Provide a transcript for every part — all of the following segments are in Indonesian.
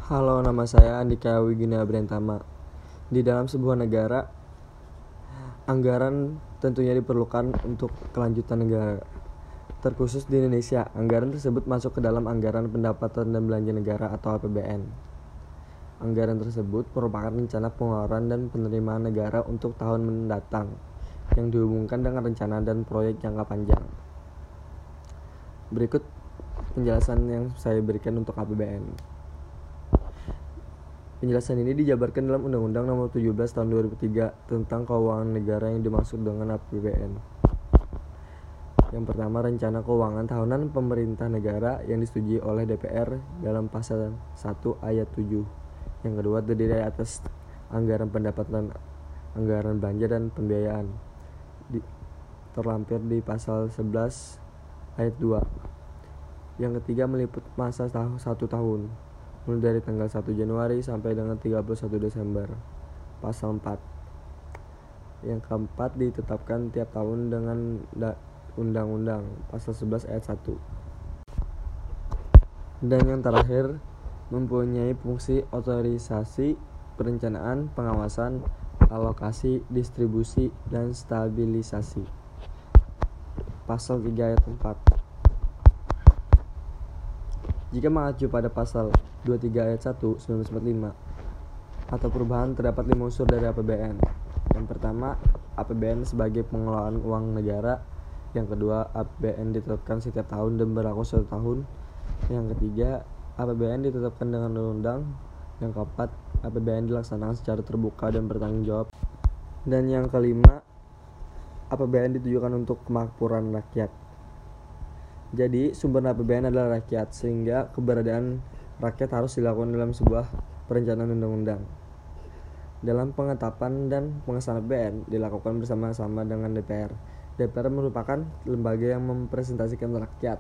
Halo, nama saya Andika Wiguna Brentama. Di dalam sebuah negara, anggaran tentunya diperlukan untuk kelanjutan negara. Terkhusus di Indonesia, anggaran tersebut masuk ke dalam anggaran pendapatan dan belanja negara atau APBN. Anggaran tersebut merupakan rencana pengeluaran dan penerimaan negara untuk tahun mendatang yang dihubungkan dengan rencana dan proyek jangka panjang. Berikut penjelasan yang saya berikan untuk APBN. Penjelasan ini dijabarkan dalam Undang-Undang Nomor 17 Tahun 2003 tentang Keuangan Negara yang dimaksud dengan APBN. Yang pertama, rencana keuangan tahunan pemerintah negara yang disetujui oleh DPR dalam pasal 1 ayat 7. Yang kedua, terdiri atas anggaran pendapatan, anggaran belanja dan pembiayaan. Terlampir di pasal 11 ayat 2. Yang ketiga, meliput masa 1 tahun, mulai dari tanggal 1 Januari sampai dengan 31 Desember. Pasal 4. Yang keempat, ditetapkan tiap tahun dengan undang-undang. Pasal 11 ayat 1. Dan yang terakhir, mempunyai fungsi otorisasi, perencanaan, pengawasan, alokasi, distribusi, dan stabilisasi. Pasal 3 ayat 4. Jika mengacu pada pasal 23 ayat 1 1945 atau perubahan, terdapat 5 unsur dari APBN. Yang pertama, APBN sebagai pengelolaan uang negara. Yang kedua, APBN ditetapkan setiap tahun dan berlaku 1 tahun. Yang ketiga, APBN ditetapkan dengan undang-undang. Yang keempat, APBN dilaksanakan secara terbuka dan bertanggung jawab. Dan yang kelima, APBN ditujukan untuk kemakmuran rakyat. Jadi, sumber APBN adalah rakyat, sehingga keberadaan rakyat harus dilakukan dalam sebuah perencanaan undang-undang. Dalam pengetapan dan pengesahan APBN dilakukan bersama-sama dengan DPR. DPR merupakan lembaga yang mempresentasikan rakyat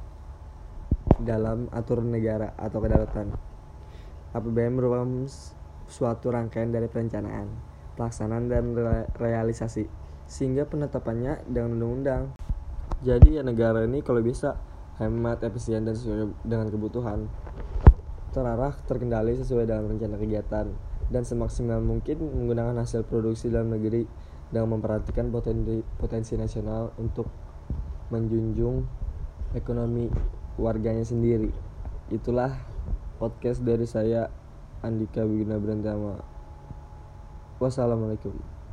dalam aturan negara atau kedaulatan. APBN merupakan suatu rangkaian dari perencanaan, pelaksanaan, dan realisasi, sehingga penetapannya dengan undang-undang. Jadi negara ini kalau bisa hemat, efisien, dan sesuai dengan kebutuhan, terarah, terkendali sesuai dengan rencana kegiatan, dan semaksimal mungkin menggunakan hasil produksi dalam negeri dengan memperhatikan potensi nasional untuk menjunjung ekonomi warganya sendiri. Itulah podcast dari saya, Andika Wiguna Brentama. Wassalamualaikum.